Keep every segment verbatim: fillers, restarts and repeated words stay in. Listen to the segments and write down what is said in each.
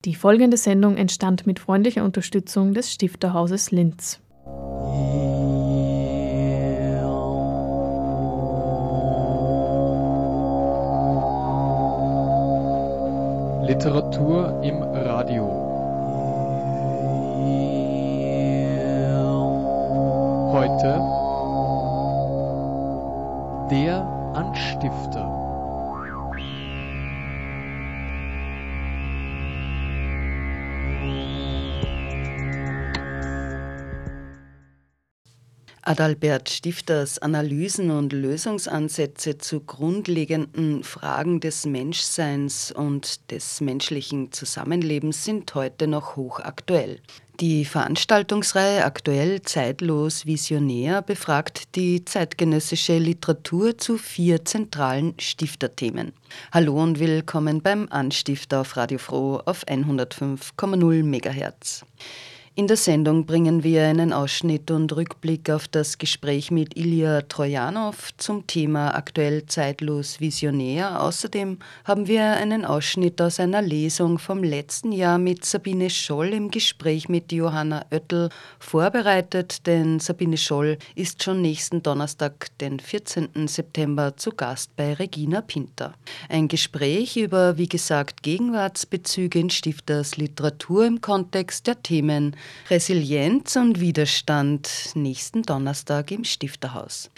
Die folgende Sendung entstand mit freundlicher Unterstützung des Stifterhauses Linz. Literatur im Radio. Heute der Anstifter. Adalbert Stifters Analysen und Lösungsansätze zu grundlegenden Fragen des Menschseins und des menschlichen Zusammenlebens sind heute noch hochaktuell. Die Veranstaltungsreihe Aktuell, zeitlos, visionär befragt die zeitgenössische Literatur zu vier zentralen Stifterthemen. Hallo und willkommen beim Anstifter auf Radio Froh auf hundertfünf Komma null Megahertz. In der Sendung bringen wir einen Ausschnitt und Rückblick auf das Gespräch mit Ilja Trojanow zum Thema Aktuell, zeitlos, visionär. Außerdem haben wir einen Ausschnitt aus einer Lesung vom letzten Jahr mit Sabine Scholl im Gespräch mit Johanna Oettel vorbereitet, denn Sabine Scholl ist schon nächsten Donnerstag, den vierzehnten September, zu Gast bei Regina Pinter. Ein Gespräch über, wie gesagt, Gegenwartsbezüge in Stifters Literatur im Kontext der Themen Resilienz und Widerstand nächsten Donnerstag im Stifterhaus.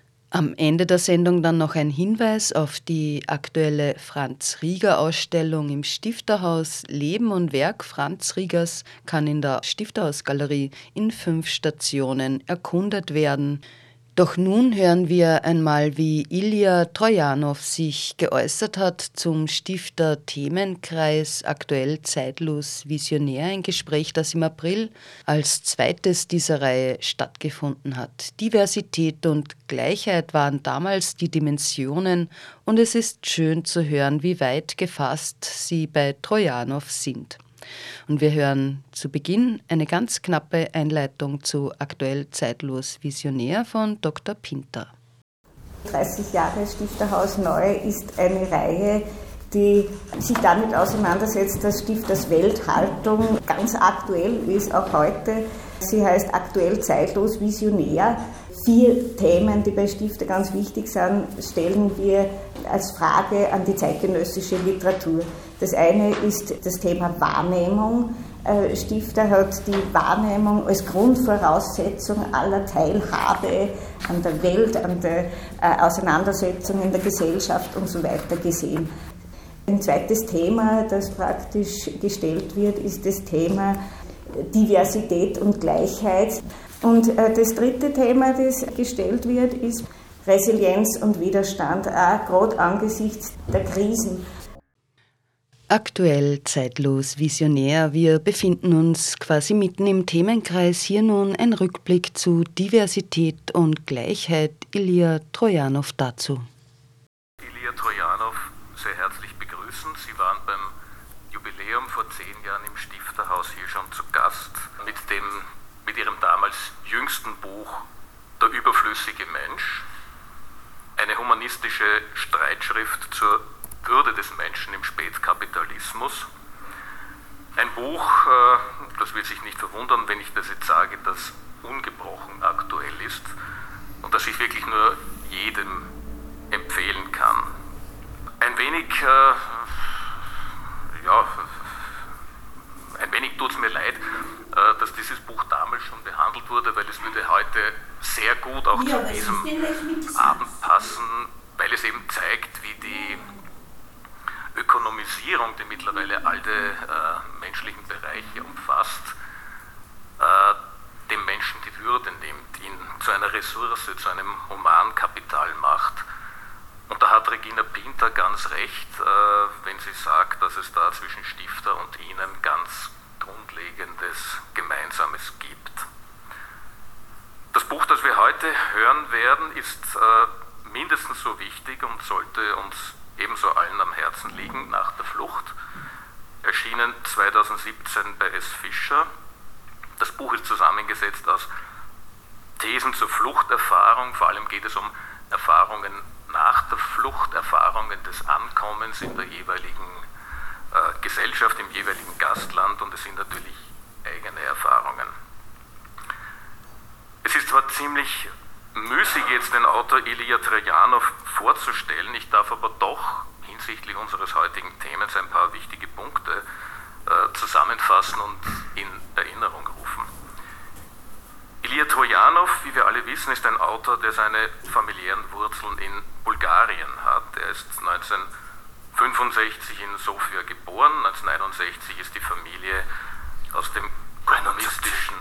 Am Ende der Sendung dann noch ein Hinweis auf die aktuelle Franz-Rieger-Ausstellung im Stifterhaus. Leben und Werk Franz Riegers kann in der Stifterhausgalerie in fünf Stationen erkundet werden. Doch nun hören wir einmal, wie Ilja Trojanow sich geäußert hat zum Stifter-Themenkreis Aktuell, zeitlos, visionär, ein Gespräch, das im April als zweites dieser Reihe stattgefunden hat. Diversität und Gleichheit waren damals die Dimensionen und es ist schön zu hören, wie weit gefasst sie bei Trojanow sind. Und wir hören zu Beginn eine ganz knappe Einleitung zu Aktuell, zeitlos, visionär von Doktor Pinter. dreißig Jahre Stifterhaus Neu ist eine Reihe, die sich damit auseinandersetzt, dass Stifters Welthaltung ganz aktuell ist, auch heute. Sie heißt Aktuell, zeitlos, visionär. Vier Themen, die bei Stifter ganz wichtig sind, stellen wir als Frage an die zeitgenössische Literatur. Das eine ist das Thema Wahrnehmung. Stifter hat die Wahrnehmung als Grundvoraussetzung aller Teilhabe an der Welt, an der Auseinandersetzung in der Gesellschaft und so weiter gesehen. Ein zweites Thema, das praktisch gestellt wird, ist das Thema Diversität und Gleichheit. Und das dritte Thema, das gestellt wird, ist Resilienz und Widerstand, auch gerade angesichts der Krisen. Aktuell, zeitlos, visionär. Wir befinden uns quasi mitten im Themenkreis. Hier nun ein Rückblick zu Diversität und Gleichheit. Ilja Trojanow dazu. Ilja Trojanow sehr herzlich begrüßen. Sie waren beim Jubiläum vor zehn Jahren im Stifterhaus hier schon zu Gast mit, dem, mit Ihrem damals jüngsten Buch Der überflüssige Mensch. Eine humanistische Streitschrift zur Würde des Menschen im Spätkapitalismus. Ein Buch, das wird sich nicht verwundern, wenn ich das jetzt sage, das ungebrochen aktuell ist und das ich wirklich nur jedem empfehlen kann. Ein wenig, ja, ein wenig tut es mir leid, dass dieses Buch damals schon behandelt wurde, weil es würde heute sehr gut auch ja, zu diesem Abend passen, weil es eben zeigt, wie die Ökonomisierung, die mittlerweile alle äh, menschlichen Bereiche umfasst, äh, dem Menschen die Würde nimmt, ihn zu einer Ressource, zu einem Humankapital macht. Und da hat Regina Pinter ganz recht, äh, wenn sie sagt, dass es da zwischen Stifter und Ihnen ganz Grundlegendes Gemeinsames gibt. Das Buch, das wir heute hören werden, ist äh, mindestens so wichtig und sollte uns ebenso allen am Herzen liegen, Nach der Flucht, erschienen zweitausendsiebzehn bei S. Fischer. Das Buch ist zusammengesetzt aus Thesen zur Fluchterfahrung, vor allem geht es um Erfahrungen nach der Flucht, Erfahrungen des Ankommens in der jeweiligen äh, Gesellschaft, im jeweiligen Gastland. sind natürlich eigene Erfahrungen. Es ist zwar ziemlich müßig, jetzt den Autor Ilja Trajanov vorzustellen, ich darf aber doch hinsichtlich unseres heutigen Themens ein paar wichtige Punkte äh, zusammenfassen und in Erinnerung rufen. Ilja Trajanov, wie wir alle wissen, ist ein Autor, der seine familiären Wurzeln in Bulgarien hat. Er ist neunzehnhundertfünfundsechzig in Sofia geboren, neunzehnhunderteinundsechzig ist die Familie aus dem kommunistischen...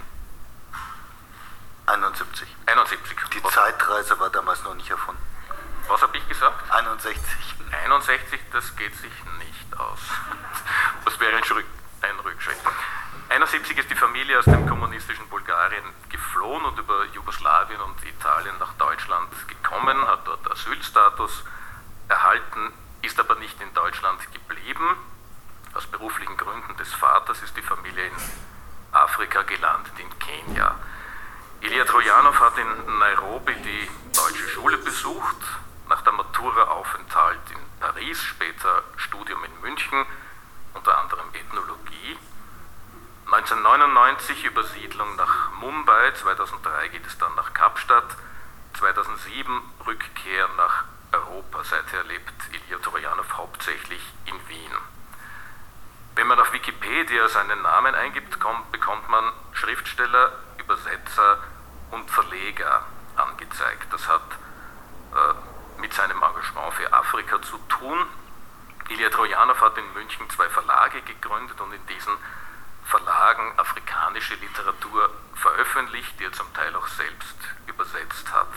einundsiebzig. einundsiebzig. Die Was, Zeitreise war damals noch nicht erfunden. was habe ich gesagt? einundsechzig. einundsechzig, das geht sich nicht aus. Das wäre ein, Schritt, ein Rückschritt. einundsiebzig ist die Familie aus dem kommunistischen Bulgarien geflohen und über Jugoslawien und Italien nach Deutschland gekommen, hat dort Asylstatus erhalten, ist aber nicht in Deutschland geblieben. Aus beruflichen Gründen des Vaters ist die Familie in Afrika gelandet, in Kenia. Ilja Trajanov hat in Nairobi die deutsche Schule besucht, nach der Matura Aufenthalt in Paris, später Studium in München, unter anderem Ethnologie. neunzehnhundertneunundneunzig Übersiedlung nach Mumbai, zweitausenddrei geht es dann nach Kapstadt, zweitausendsieben Rückkehr nach Europa. Seither lebt Ilja Trajanov hauptsächlich in Wien. Wenn man auf Wikipedia seinen Namen eingibt, kommt, bekommt man Schriftsteller, Übersetzer und Verleger angezeigt. Das hat äh, mit seinem Engagement für Afrika zu tun. Ilja Trajanov hat in München zwei Verlage gegründet und in diesen Verlagen afrikanische Literatur veröffentlicht, die er zum Teil auch selbst übersetzt hat.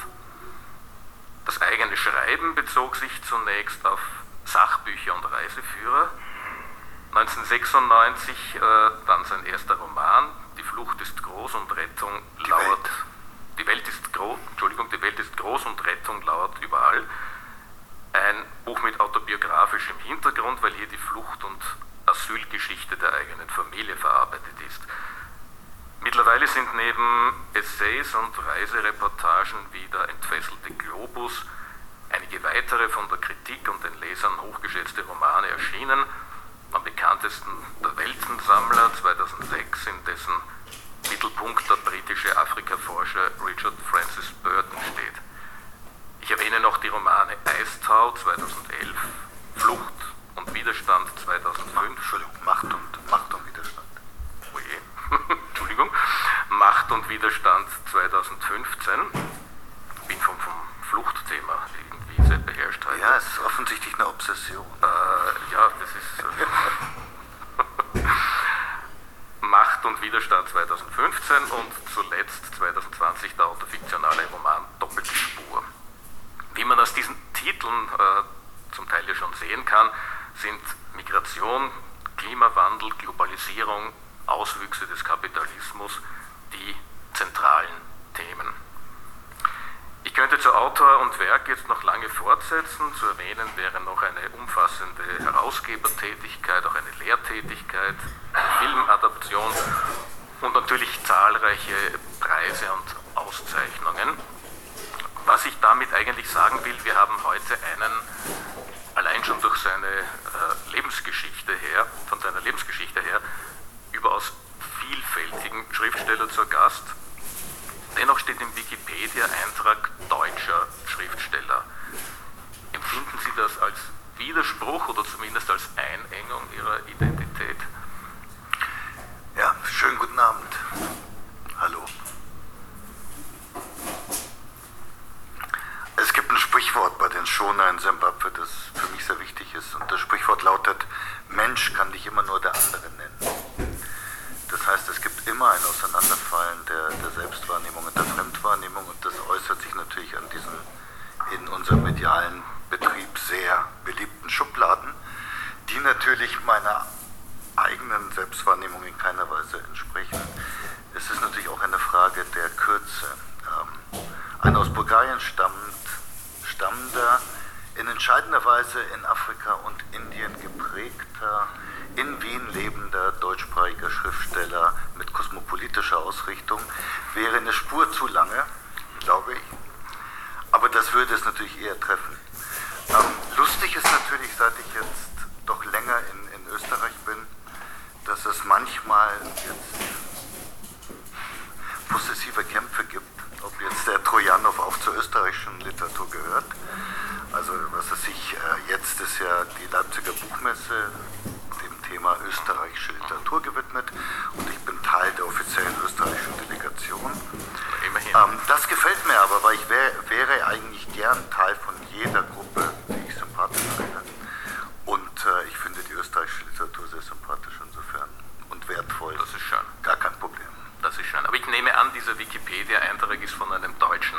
Das eigene Schreiben bezog sich zunächst auf Sachbücher und Reiseführer. neunzehnhundertsechsundneunzig äh, dann sein erster Roman, Die Flucht ist groß und Rettung Die lauert. Welt. Die Welt ist groß, Entschuldigung, die Welt ist groß und Rettung lauert überall. Ein Buch mit autobiografischem Hintergrund, weil hier die Flucht- und Asylgeschichte der eigenen Familie verarbeitet ist. Mittlerweile sind neben Essays und Reisereportagen wie der entfesselte Globus einige weitere von der Kritik und den Lesern hochgeschätzte Romane erschienen. Am bekanntesten der Weltensammler zweitausendsechs, in dessen Mittelpunkt der britische Afrikaforscher Richard Francis Burton steht. Ich erwähne noch die Romane Eistau zweitausendelf, Flucht und Widerstand zweitausendfünf. Entschuldigung, Macht und, Macht und Widerstand. Oh je. Entschuldigung. Macht und Widerstand zweitausendfünfzehn. Ich bin vom, vom Fluchtthema irgendwie sehr beherrscht heute. Ja, es ist offensichtlich eine Obsession. Äh, ja, das ist... Äh, Macht und Widerstand zweitausendfünfzehn und zuletzt zweitausendzwanzig der autofiktionale Roman Doppelte Spur. Wie man aus diesen Titeln äh, zum Teil ja schon sehen kann, sind Migration, Klimawandel, Globalisierung, Auswüchse des Kapitalismus die zentralen Themen. Ich könnte zu Autor und Werk jetzt noch lange fortsetzen. Zu erwähnen wäre noch eine umfassende Herausgebertätigkeit, auch eine Lehrtätigkeit, eine Filmadaption und natürlich zahlreiche Preise und Auszeichnungen. Was ich damit eigentlich sagen will, wir haben heute einen, allein schon durch seine äh, Lebensgeschichte her, von seiner Lebensgeschichte her, überaus vielfältigen Schriftsteller zu Gast. Dennoch steht im Wikipedia-Eintrag deutscher Schriftsteller. Empfinden Sie das als Widerspruch oder zumindest als Einengung Ihrer Identität? Ja, schönen guten Abend. Hallo. Es gibt ein Sprichwort bei den Shona in Simbabwe, das für mich sehr wichtig ist. Und das Sprichwort lautet, Mensch kann dich immer nur der andere nennen. Das heißt, es gibt immer ein Auseinanderfallen der, der Selbstwahrnehmung und der Fremdwahrnehmung und das äußert sich natürlich an diesen in unserem medialen Betrieb sehr beliebten Schubladen, die natürlich meiner eigenen Selbstwahrnehmung in keiner Weise entsprechen. Es ist natürlich auch eine Frage der Kürze. Ähm, ein aus Bulgarien stammend, stammender, in entscheidender Weise in Afrika und Indien geprägter, in Wien lebender deutschsprachiger Schriftsteller mit kosmopolitischer Ausrichtung wäre eine Spur zu lange, glaube ich. Aber das würde es natürlich eher treffen. Ähm, lustig ist natürlich, seit ich jetzt doch länger in, in Österreich bin, dass dass es manchmal jetzt possessive Kämpfe gibt, ob jetzt der Trojanow auch zur österreichischen Literatur gehört. Also was weiß ich, jetzt ist ja die Leipziger Buchmesse dem Thema österreichische Literatur gewidmet und ich bin Teil der offiziellen österreichischen Delegation. Ähm, das gefällt mir aber, weil ich wär, wäre eigentlich gern Teil von jeder Gruppe, die ich sympathisch finde. Und äh, ich finde die österreichische Literatur sehr sympathisch insofern und wertvoll. Das ist schön. Gar kein Problem. Das ist schön. Aber ich nehme an, dieser Wikipedia-Eintrag ist von einem deutschen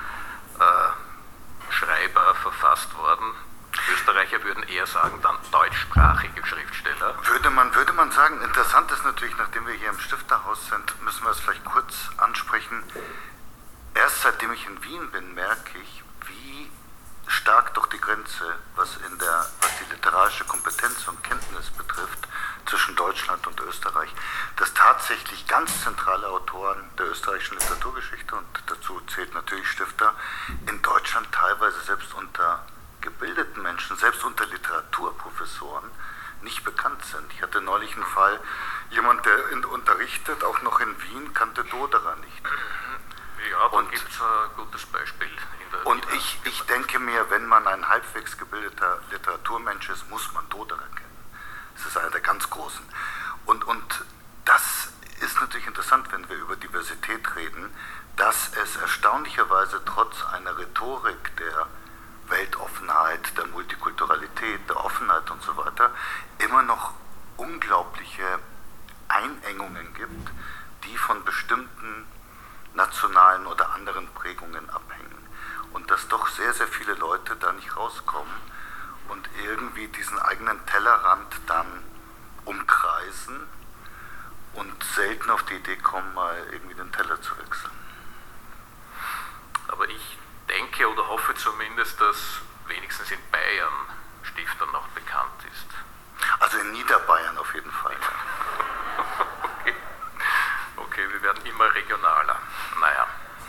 äh, Schreiber verfasst worden. Österreicher würden eher sagen, dann deutschsprachige Schriftsteller. Würde man, würde man sagen, interessant ist natürlich, nachdem wir hier im Stifterhaus sind, müssen wir es vielleicht kurz ansprechen. Erst seitdem ich in Wien bin, merke ich, wie stark doch die Grenze, was, in der, was die literarische Kompetenz und Kenntnis betrifft, zwischen Deutschland und Österreich, dass tatsächlich ganz zentrale Autoren der österreichischen Literaturgeschichte, und dazu zählt natürlich Stifter, in Deutschland teilweise selbst unter gebildeten Menschen, selbst unter Literaturprofessoren, nicht bekannt sind. Ich hatte neulich einen Fall, jemand, der in, unterrichtet, auch noch in Wien, kannte Doderer nicht. Ja, da gibt es ein gutes Beispiel. In der und ich, ich denke mir, wenn man ein halbwegs gebildeter Literaturmensch ist, muss man Doderer kennen. Das ist einer der ganz Großen. Und, und das ist natürlich interessant, wenn wir über Diversität reden, dass es erstaunlicherweise trotz einer Rhetorik der Weltoffenheit, der Multikulturalität, der Offenheit und so weiter, immer noch unglaubliche Einengungen gibt, die von bestimmten nationalen oder anderen Prägungen abhängen. Und dass doch sehr, sehr viele Leute da nicht rauskommen und irgendwie diesen eigenen Tellerrand dann umkreisen und selten auf die Idee kommen, mal irgendwie den Teller zu wechseln. Aber ich denke oder hoffe zumindest, dass wenigstens in Bayern Stifter noch bekannt ist. Also in Niederbayern auf jeden Fall. okay. okay, wir werden immer regionaler. Naja.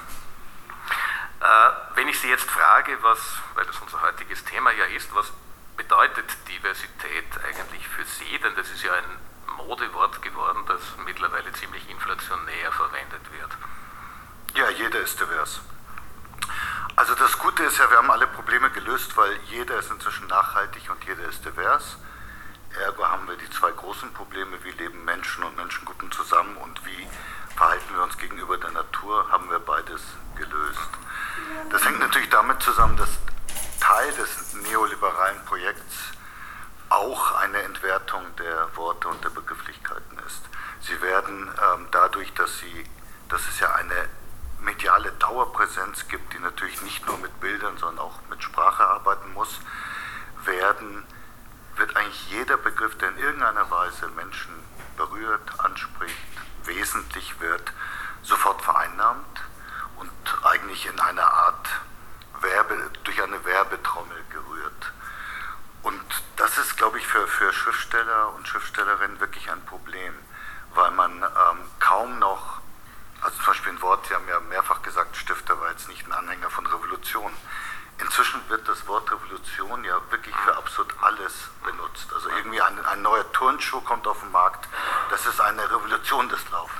Äh, wenn ich Sie jetzt frage, was, weil das unser heutiges Thema ja ist, was bedeutet Diversität eigentlich für Sie? Denn das ist ja ein Modewort geworden, das mittlerweile ziemlich inflationär verwendet wird. Ja, jeder ist divers. Also das Gute ist ja, wir haben alle Probleme gelöst, weil jeder ist inzwischen nachhaltig und jeder ist divers. Ergo haben wir die zwei großen Probleme, wie leben Menschen und Menschengruppen zusammen und wie verhalten wir uns gegenüber der Natur, haben wir beides gelöst. Das hängt natürlich damit zusammen, dass Teil des neoliberalen Projekts auch eine Entwertung der Worte und der Begrifflichkeiten ist. Sie werden ähm, dadurch, dass, sie, dass es ja eine mediale Dauerpräsenz gibt, die natürlich nicht nur mit Bildern, sondern auch mit Sprache arbeiten muss, werden, wird eigentlich jeder Begriff, der in irgendeiner Weise Menschen berührt, anspricht, wesentlich wird, sofort vereinnahmt und eigentlich in einer Art Werbe, durch eine Werbetrommel gerührt. Und das ist, glaube ich, für, für Schriftsteller und Schriftstellerinnen wirklich ein Problem, weil man ähm, kaum noch, also zum Beispiel ein Wort, Sie haben ja mehrfach gesagt, Stifter war jetzt nicht ein Anhänger von Revolution. Inzwischen wird das Wort Revolution ja wirklich für absolut alles benutzt. Also irgendwie ein, ein neuer Turnschuh kommt auf den Markt, das ist eine Revolution des Laufens.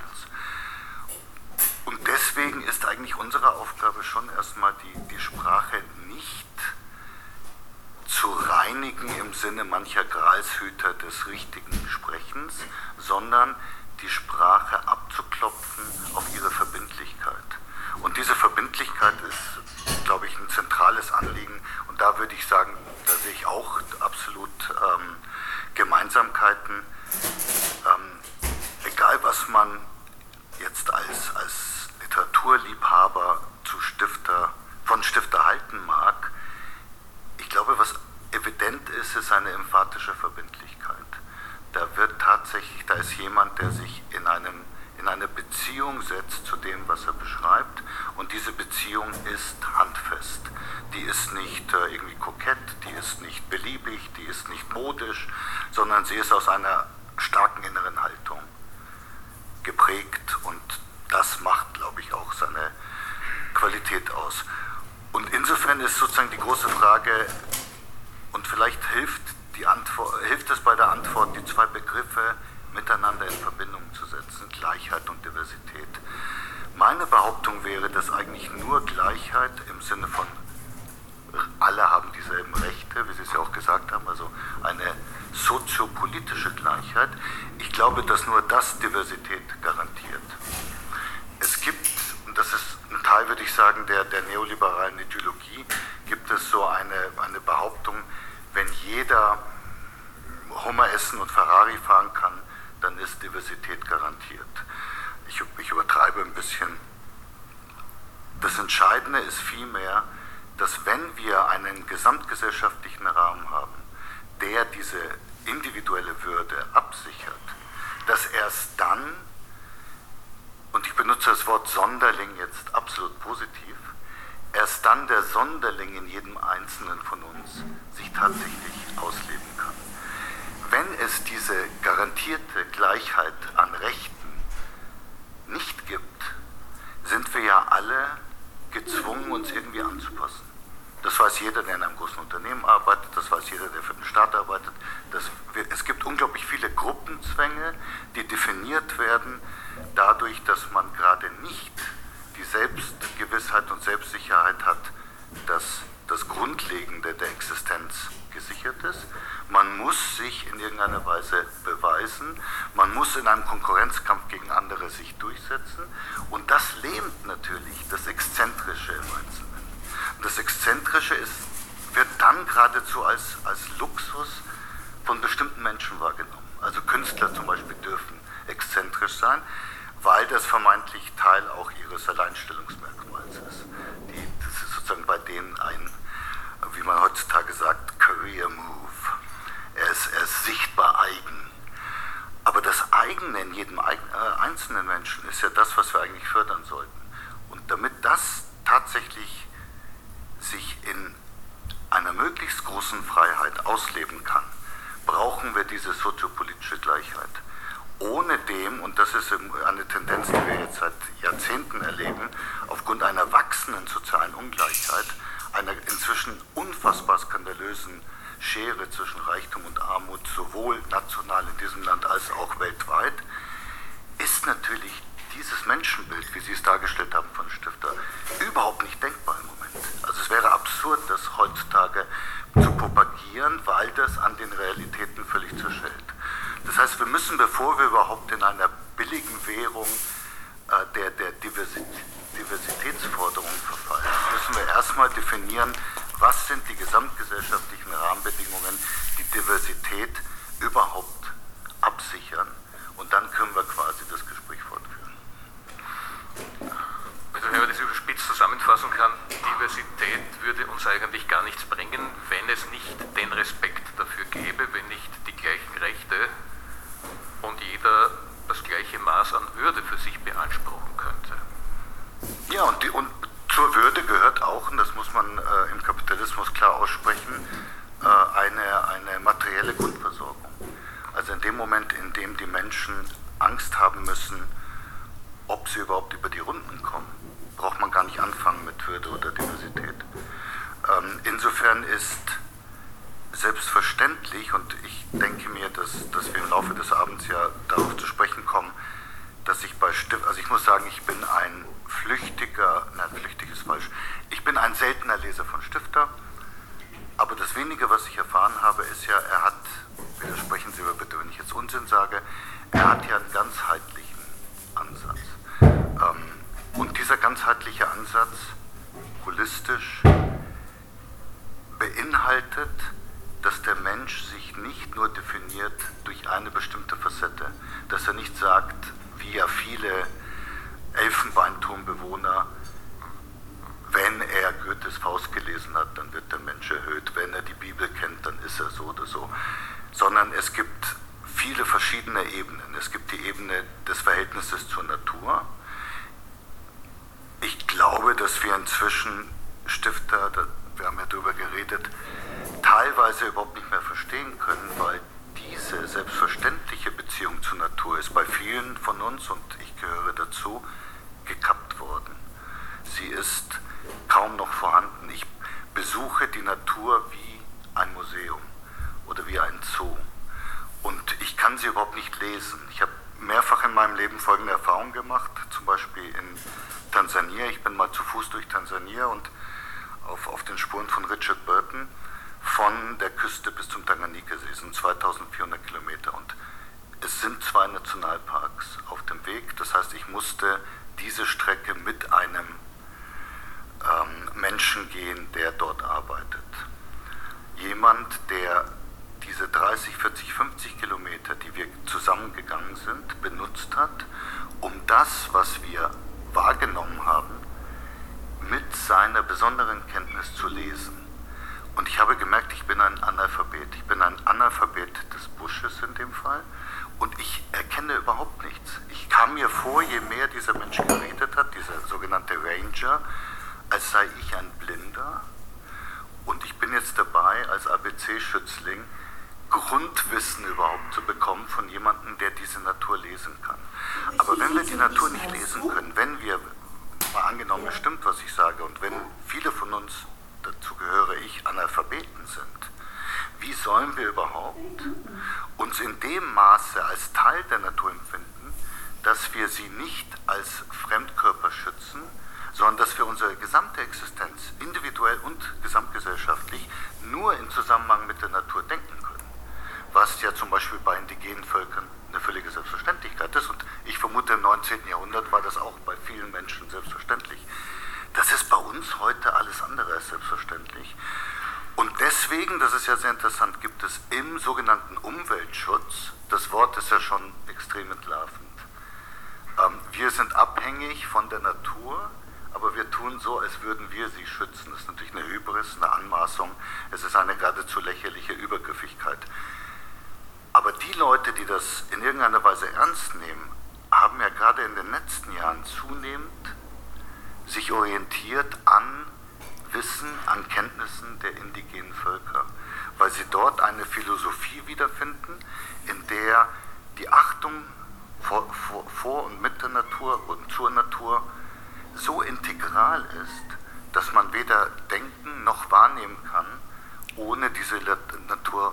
Und deswegen ist eigentlich unsere Aufgabe schon erstmal die, die Sprache nicht zu reinigen im Sinne mancher Gralshüter des richtigen Sprechens, sondern die Sprache abzuklopfen auf ihre Verbindlichkeit. Und diese Verbindlichkeit ist, glaube ich, ein zentrales Anliegen. Und da würde ich sagen, da sehe ich auch absolut ähm, Gemeinsamkeiten. Ähm, egal, was man jetzt als, als Literaturliebhaber zu Stifter, von Stifter halten mag, ich glaube, was evident ist, ist eine emphatische Verbindlichkeit. Da wird tatsächlich, da ist jemand, der sich in, einem, in eine Beziehung setzt zu dem, was er beschreibt, und diese Beziehung ist handfest. Die ist nicht äh, irgendwie kokett, die ist nicht beliebig, die ist nicht modisch, sondern sie ist aus einer starken inneren Haltung geprägt, und das macht, glaube ich, auch seine Qualität aus. Und insofern ist sozusagen die große Frage, und vielleicht hilft, die Antwort, hilft es bei der Antwort, die zwei Begriffe miteinander in sind Gleichheit und Diversität. Meine Behauptung wäre, dass eigentlich nur Gleichheit im Sinne von alle haben dieselben Rechte, wie Sie es ja auch gesagt haben, also eine soziopolitische Gleichheit. Ich glaube, dass nur das Diversität garantiert. Es gibt, und das ist ein Teil, würde ich sagen, der, der neoliberalen Ideologie, gibt es so eine, eine Behauptung, wenn jeder Hummer essen und Ferrari fahren kann, dann ist Diversität garantiert. Ich, ich übertreibe ein bisschen. Das Entscheidende ist vielmehr, dass wenn wir einen gesamtgesellschaftlichen Rahmen haben, der diese individuelle Würde absichert, dass erst dann, und ich benutze das Wort Sonderling jetzt absolut positiv, erst dann der Sonderling in jedem Einzelnen von uns sich tatsächlich ausleben kann. Wenn es diese garantierte Gleichheit an Rechten nicht gibt, sind wir ja alle gezwungen, uns irgendwie anzupassen. Das weiß jeder, der in einem großen Unternehmen arbeitet, das weiß jeder, der für den Staat arbeitet. Das, es gibt unglaublich viele Gruppenzwänge, die definiert werden dadurch, dass man gerade nicht die Selbstgewissheit und Selbstsicherheit hat, dass das Grundlegende der Existenz gesichert ist. Man muss sich in irgendeiner Weise beweisen, man muss in einem Konkurrenzkampf gegen andere sich durchsetzen und das lähmt natürlich das Exzentrische im Einzelnen. Und das Exzentrische ist, wird dann geradezu als, als Luxus von bestimmten Menschen wahrgenommen. Also Künstler zum Beispiel dürfen exzentrisch sein, weil das vermeintlich Teil auch ihres Alleinstellungsmerkmals ist. Die, das ist sozusagen bei denen ein, wie man heutzutage sagt, Career Move. Er ist, er ist sichtbar eigen. Aber das Eigene in jedem eigen, äh, einzelnen Menschen ist ja das, was wir eigentlich fördern sollten. Und damit das tatsächlich sich in einer möglichst großen Freiheit ausleben kann, brauchen wir diese soziopolitische Gleichheit. Ohne dem, und das ist eine Tendenz, die wir jetzt seit Jahrzehnten erleben, aufgrund einer wachsenden sozialen Ungleichheit, einer inzwischen unfassbar skandalösen Schere zwischen Reichtum und Armut, sowohl national in diesem Land als auch weltweit, ist natürlich dieses Menschenbild, wie Sie es dargestellt haben von Stifter, überhaupt nicht denkbar im Moment. Also es wäre absurd, das heutzutage zu propagieren, weil das an den Realitäten völlig zerschellt. Das heißt, wir müssen, bevor wir überhaupt in einer billigen Währung äh, der, der Diversit- Diversitätsforderung verfallen, müssen wir erstmal definieren, was sind die gesamtgesellschaftlichen Rahmenbedingungen, die Diversität überhaupt absichern, und dann können wir quasi das Gespräch fortführen. Also wenn man das überspitzt zusammenfassen kann, Diversität würde uns eigentlich gar nichts bringen, wenn es nicht den Respekt dafür gäbe, wenn nicht die gleichen Rechte und jeder das gleiche Maß an Würde für sich beanspruchen könnte. Ja, und, die, und zur Würde gehört auch, und das muss man äh, im Kapitalismus klar aussprechen, äh, eine, eine materielle Grundversorgung. Also in dem Moment, in dem die Menschen Angst haben müssen, ob sie überhaupt über die Runden kommen, braucht man gar nicht anfangen mit Würde oder Diversität. Ähm, insofern ist selbstverständlich, und ich denke mir, dass, dass wir im Laufe des Abends ja darauf zu sprechen kommen, dass ich bei Stift, also ich muss sagen, ich bin ein flüchtiger, nein, flüchtig ist falsch, ich bin ein seltener Leser von Stifter, aber das Wenige, was ich erfahren habe, ist ja, er hat, widersprechen Sie mir bitte, wenn ich jetzt Unsinn sage, er hat ja einen ganzheitlichen Ansatz. Ähm, und dieser ganzheitliche Ansatz, holistisch, beinhaltet, dass der Mensch sich nicht nur definiert durch eine bestimmte Facette, dass er nicht sagt, wie ja viele Elfenbeinturmbewohner, wenn er Goethes Faust gelesen hat, dann wird der Mensch erhöht, wenn er die Bibel kennt, dann ist er so oder so, sondern es gibt viele verschiedene Ebenen. Es gibt die Ebene des Verhältnisses zur Natur. Ich glaube, dass wir inzwischen Stifter, wir haben ja darüber geredet, teilweise überhaupt nicht mehr verstehen können, weil diese selbstverständliche Beziehung zur Natur ist bei vielen von uns, und ich gehöre dazu, gekappt worden. Sie ist kaum noch vorhanden. Ich besuche die Natur wie ein Museum oder wie ein Zoo, und ich kann sie überhaupt nicht lesen. Ich habe mehrfach in meinem Leben folgende Erfahrungen gemacht, zum Beispiel in Tansania. Ich bin mal zu Fuß durch Tansania und auf, auf den Spuren von Richard Burton von der Küste bis zum Tanganjika-See, sind zweitausendvierhundert Kilometer und es sind zwei Nationalparks auf dem Weg. Das heißt, ich musste diese Strecke mit einem ähm, Menschen gehen, der dort arbeitet. Jemand, der diese dreißig, vierzig, fünfzig Kilometer, die wir zusammengegangen sind, benutzt hat, um das, was wir wahrgenommen haben, mit seiner besonderen Kenntnis zu lesen. Und ich habe gemerkt, ich bin ein Analphabet. Ich bin ein Analphabet des Bushes in dem Fall. Und ich erkenne überhaupt nichts. Ich kam mir vor, je mehr dieser Mensch geredet hat, dieser sogenannte Ranger, als sei ich ein Blinder. Und ich bin jetzt dabei, als A B C-Schützling Grundwissen überhaupt zu bekommen von jemandem, der diese Natur lesen kann. Aber wenn wir die Natur nicht lesen können, wenn wir, mal angenommen, es stimmt, was ich sage, und wenn viele von uns, dazu gehöre ich, Analphabeten sind, wie sollen wir überhaupt uns in dem Maße als Teil der Natur empfinden, dass wir sie nicht als Fremdkörper schützen, sondern dass wir unsere gesamte Existenz, individuell und gesamtgesellschaftlich, nur in Zusammenhang mit der Natur denken können. Was ja zum Beispiel bei indigenen Völkern eine völlige Selbstverständlichkeit ist. Und ich vermute, im neunzehnten Jahrhundert war das auch bei vielen Menschen selbstverständlich. Das ist bei uns heute alles andere als selbstverständlich. Und deswegen, das ist ja sehr interessant, gibt es im sogenannten Umweltschutz, das Wort ist ja schon extrem entlarvend. Ähm, wir sind abhängig von der Natur, aber wir tun so, als würden wir sie schützen. Das ist natürlich eine Hybris, eine Anmaßung, es ist eine geradezu lächerliche Übergriffigkeit. Aber die Leute, die das in irgendeiner Weise ernst nehmen, haben ja gerade in den letzten Jahren zunehmend sich orientiert an Wissen, an Kenntnissen der indigenen Völker, weil sie dort eine Philosophie wiederfinden, in der die Achtung vor, vor, vor und mit der Natur und zur Natur so integral ist, dass man weder denken noch wahrnehmen kann, ohne diese Natur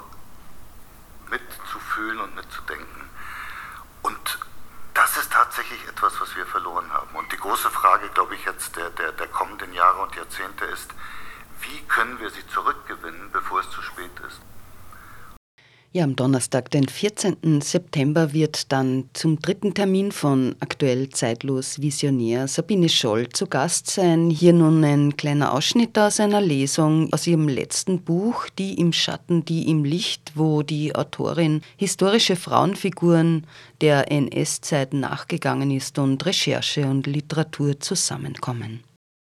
mitzufühlen und mitzudenken. Und das ist tatsächlich etwas, was wir verloren haben. Und die große Frage, glaube ich, jetzt der, der, der kommenden Jahre und Jahrzehnte ist, wie können wir sie zurückgewinnen, bevor es zu spät ist? Ja, am Donnerstag, den vierzehnten September, wird dann zum dritten Termin von Aktuell Zeitlos Visionär Sabine Scholl zu Gast sein. Hier nun ein kleiner Ausschnitt aus einer Lesung aus ihrem letzten Buch, Die im Schatten, die im Licht, wo die Autorin historische Frauenfiguren der N S-Zeit nachgegangen ist und Recherche und Literatur zusammenkommen.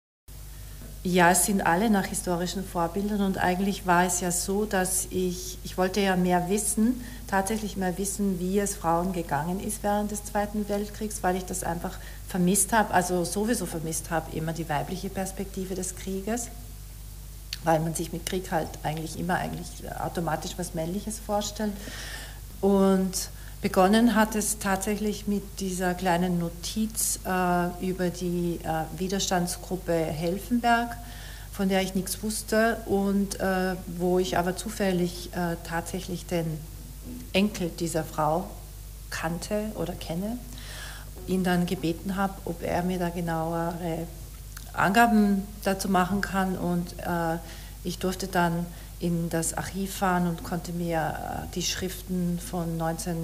Ja, es sind alle nach historischen Vorbildern und eigentlich war es ja so, dass ich, ich wollte ja mehr wissen, tatsächlich mehr wissen, wie es Frauen gegangen ist während des Zweiten Weltkriegs, weil ich das einfach vermisst habe, also sowieso vermisst habe, immer die weibliche Perspektive des Krieges, weil man sich mit Krieg halt eigentlich immer eigentlich automatisch was Männliches vorstellt. Und begonnen hat es tatsächlich mit dieser kleinen Notiz äh, über die äh, Widerstandsgruppe Helfenberg, von der ich nichts wusste und äh, wo ich aber zufällig äh, tatsächlich den Enkel dieser Frau kannte oder kenne, ihn dann gebeten habe, ob er mir da genauere Angaben dazu machen kann und äh, ich durfte dann in das Archiv fahren und konnte mir die Schriften von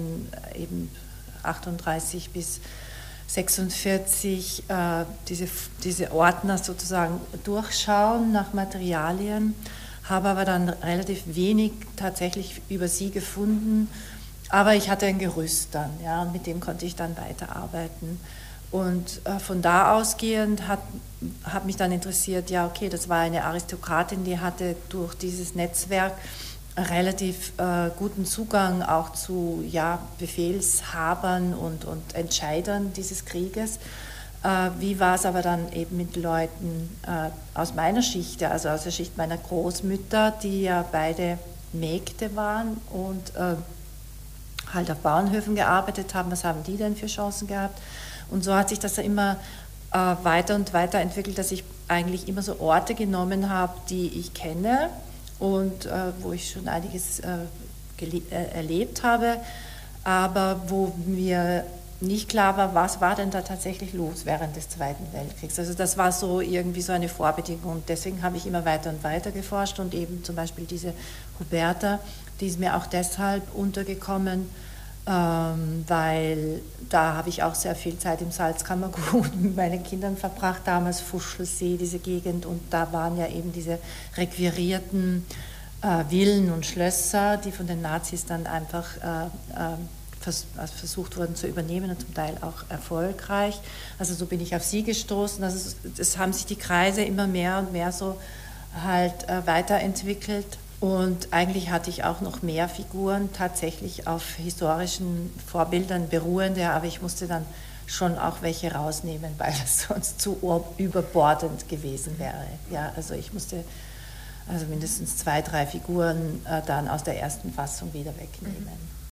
neunzehnhundertachtunddreißig bis sechsundvierzig, äh, diese, diese Ordner sozusagen durchschauen nach Materialien, habe aber dann relativ wenig tatsächlich über sie gefunden, aber ich hatte ein Gerüst dann, ja, und mit dem konnte ich dann weiterarbeiten. Und äh, von da ausgehend hat, hat mich dann interessiert, ja okay, das war eine Aristokratin, die hatte durch dieses Netzwerk relativ äh, guten Zugang auch zu ja, Befehlshabern und, und Entscheidern dieses Krieges. Äh, wie war es aber dann eben mit Leuten äh, aus meiner Schicht, also aus der Schicht meiner Großmütter, die ja beide Mägde waren und äh, halt auf Bauernhöfen gearbeitet haben, was haben die denn für Chancen gehabt? Und so hat sich das ja immer äh, weiter und weiter entwickelt, dass ich eigentlich immer so Orte genommen habe, die ich kenne und äh, wo ich schon einiges äh, gele- äh, erlebt habe, aber wo mir nicht klar war, was war denn da tatsächlich los während des Zweiten Weltkriegs. Also das war so irgendwie so eine Vorbedingung. Und deswegen habe ich immer weiter und weiter geforscht und eben zum Beispiel diese Huberta, die ist mir auch deshalb untergekommen, ähm, weil da habe ich auch sehr viel Zeit im Salzkammergut mit meinen Kindern verbracht, damals Fuschelsee, diese Gegend, und da waren ja eben diese requirierten äh, Villen und Schlösser, die von den Nazis dann einfach äh, äh, vers- also versucht wurden zu übernehmen und zum Teil auch erfolgreich. Also so bin ich auf sie gestoßen. Also es, es haben sich die Kreise immer mehr und mehr so halt äh, weiterentwickelt. Und eigentlich hatte ich auch noch mehr Figuren, tatsächlich auf historischen Vorbildern beruhende, aber ich musste dann schon auch welche rausnehmen, weil das sonst zu überbordend gewesen wäre. Ja, also ich musste also mindestens zwei, drei Figuren äh, dann aus der ersten Fassung wieder wegnehmen.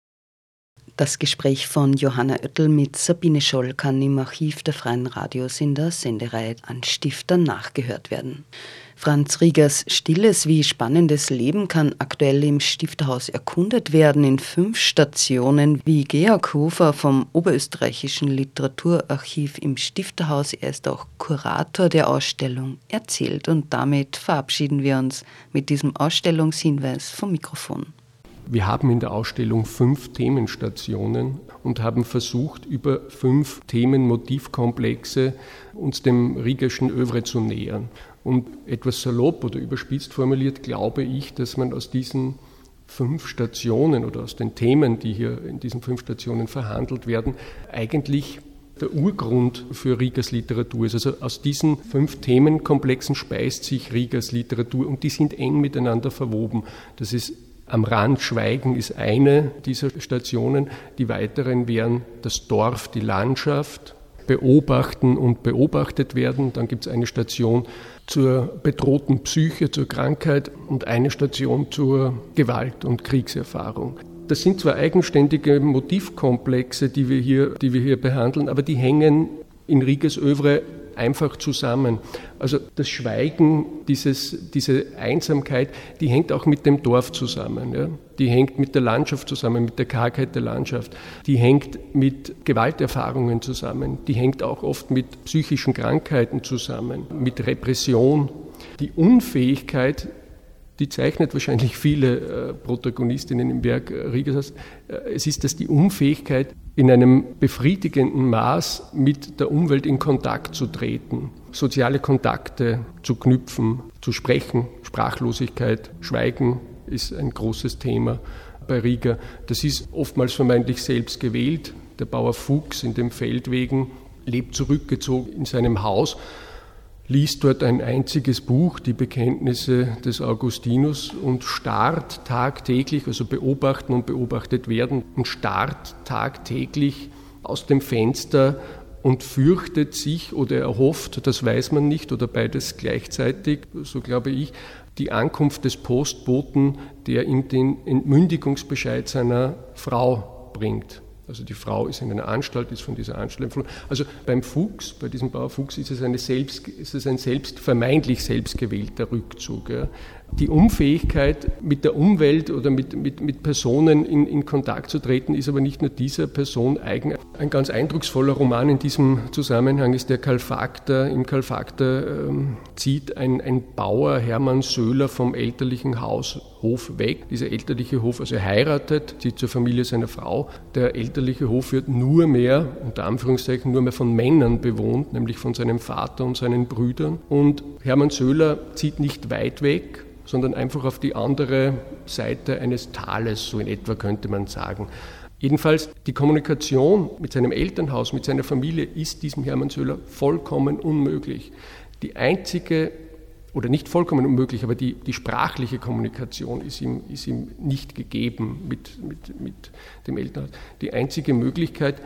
Das Gespräch von Johanna Oettel mit Sabine Scholl kann im Archiv der Freien Radios in der Sendereihe Anstifter nachgehört werden. Franz Riegers stilles wie spannendes Leben kann aktuell im Stifterhaus erkundet werden in fünf Stationen, wie Georg Hofer vom Oberösterreichischen Literaturarchiv im Stifterhaus, er ist auch Kurator der Ausstellung, erzählt. Und damit verabschieden wir uns mit diesem Ausstellungshinweis vom Mikrofon. Wir haben in der Ausstellung fünf Themenstationen und haben versucht, über fünf Themenmotivkomplexe uns dem Riegerschen Övre zu nähern. Und etwas salopp oder überspitzt formuliert glaube ich, dass man aus diesen fünf Stationen oder aus den Themen, die hier in diesen fünf Stationen verhandelt werden, eigentlich der Urgrund für Riegers Literatur ist. Also aus diesen fünf Themenkomplexen speist sich Riegers Literatur und die sind eng miteinander verwoben. Das ist Am Rand Schweigen ist eine dieser Stationen. Die weiteren wären das Dorf, die Landschaft, Beobachten und beobachtet werden. Dann gibt es eine Station zur bedrohten Psyche, zur Krankheit und eine Station zur Gewalt- und Kriegserfahrung. Das sind zwar eigenständige Motivkomplexe, die wir hier, die wir hier behandeln, aber die hängen in Riegers Övre einfach zusammen. Also das Schweigen, dieses, diese Einsamkeit, die hängt auch mit dem Dorf zusammen. Ja? Die hängt mit der Landschaft zusammen, mit der Kargheit der Landschaft. Die hängt mit Gewalterfahrungen zusammen. Die hängt auch oft mit psychischen Krankheiten zusammen, mit Repression. Die Unfähigkeit, die zeichnet wahrscheinlich viele äh, Protagonistinnen im Werk äh, Riegers. Äh, es ist, dass die Unfähigkeit, in einem befriedigenden Maß mit der Umwelt in Kontakt zu treten, soziale Kontakte zu knüpfen, zu sprechen. Sprachlosigkeit, Schweigen ist ein großes Thema bei Rieger. Das ist oftmals vermeintlich selbst gewählt. Der Bauer Fuchs in dem Feldwegen lebt zurückgezogen in seinem Haus, liest dort ein einziges Buch, die Bekenntnisse des Augustinus, und starrt tagtäglich, also beobachten und beobachtet werden, und starrt tagtäglich aus dem Fenster und fürchtet sich oder erhofft, das weiß man nicht, oder beides gleichzeitig, so glaube ich, die Ankunft des Postboten, der ihm den Entmündigungsbescheid seiner Frau bringt. Also die Frau ist in einer Anstalt, ist von dieser Anstalt entflohen. Also beim Fuchs, bei diesem Bauer Fuchs, ist es, eine selbst, ist es ein selbst, vermeintlich selbstgewählter Rückzug. Ja. Die Unfähigkeit, mit der Umwelt oder mit, mit, mit Personen in, in Kontakt zu treten, ist aber nicht nur dieser Person eigen. Ein ganz eindrucksvoller Roman in diesem Zusammenhang ist der Kalfakter. Im Kalfakter ähm, zieht ein, ein Bauer, Hermann Söhler, vom elterlichen Haus, Hof weg. Dieser elterliche Hof, also er heiratet, zieht zur Familie seiner Frau. Der elterliche Hof wird nur mehr, unter Anführungszeichen, nur mehr von Männern bewohnt, nämlich von seinem Vater und seinen Brüdern. Und Hermann Söhler zieht nicht weit weg, sondern einfach auf die andere Seite eines Tales, so in etwa könnte man sagen. Jedenfalls, die Kommunikation mit seinem Elternhaus, mit seiner Familie ist diesem Hermann Söhler vollkommen unmöglich. Die einzige, oder nicht vollkommen unmöglich, aber die, die sprachliche Kommunikation ist ihm, ist ihm nicht gegeben mit, mit, mit dem Elternhaus. Die einzige Möglichkeit,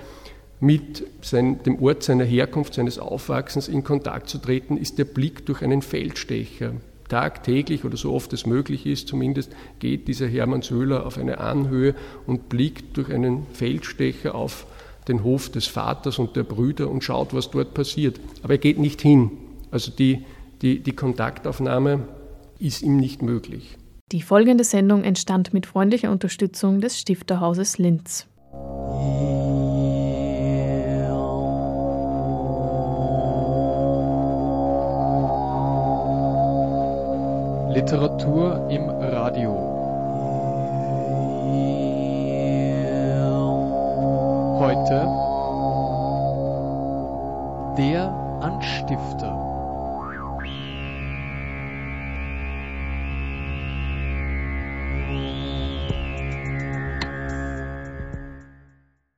mit sein, dem Ort seiner Herkunft, seines Aufwachsens in Kontakt zu treten, ist der Blick durch einen Feldstecher. Tagtäglich oder so oft es möglich ist, zumindest geht dieser Hermann Söhler auf eine Anhöhe und blickt durch einen Feldstecher auf den Hof des Vaters und der Brüder und schaut, was dort passiert. Aber er geht nicht hin. Also die, die, die Kontaktaufnahme ist ihm nicht möglich. Die folgende Sendung entstand mit freundlicher Unterstützung des Stifterhauses Linz. Literatur im Radio. Heute der Anstifter.